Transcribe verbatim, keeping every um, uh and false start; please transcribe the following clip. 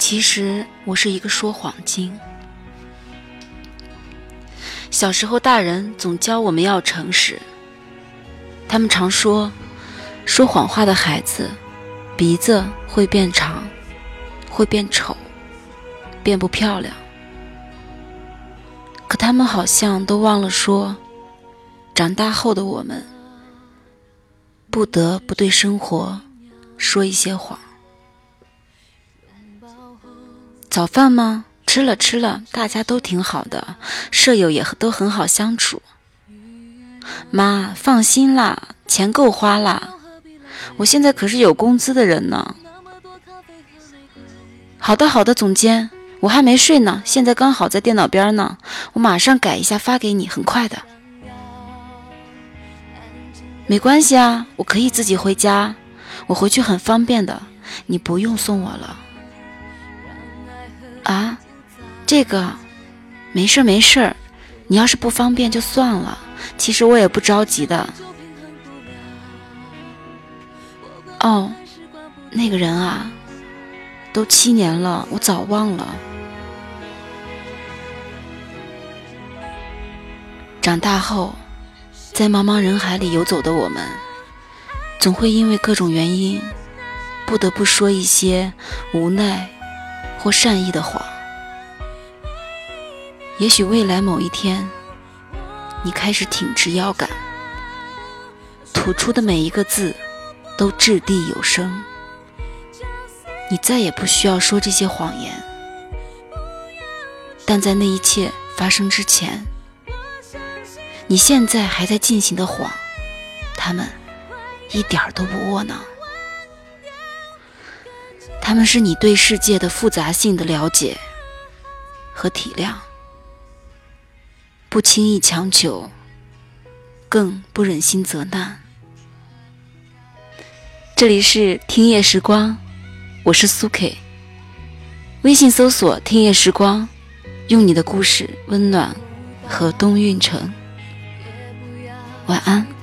其实我是一个说谎精。小时候大人总教我们要诚实，他们常说，说谎话的孩子鼻子会变长，会变丑，变不漂亮。可他们好像都忘了说，长大后的我们不得不对生活说一些谎。早饭吗？吃了吃了，大家都挺好的，舍友也都很好相处。妈，放心啦，钱够花啦，我现在可是有工资的人呢。好的好的，总监，我还没睡呢，现在刚好在电脑边呢，我马上改一下发给你，很快的。没关系啊，我可以自己回家，我回去很方便的，你不用送我了。啊，这个没事没事，你要是不方便就算了，其实我也不着急的。哦，那个人啊，都七年了，我早忘了。长大后，在茫茫人海里游走的我们，总会因为各种原因，不得不说一些无奈或善意的谎。也许未来某一天，你开始挺直腰杆，吐出的每一个字都掷地有声，你再也不需要说这些谎言。但在那一切发生之前，你现在还在进行的谎，他们一点都不窝囊。他们是你对世界的复杂性的了解和体谅，不轻易强求，更不忍心责难。这里是听夜时光，我是苏 K， 微信搜索听夜时光，用你的故事温暖和冬运城。晚安。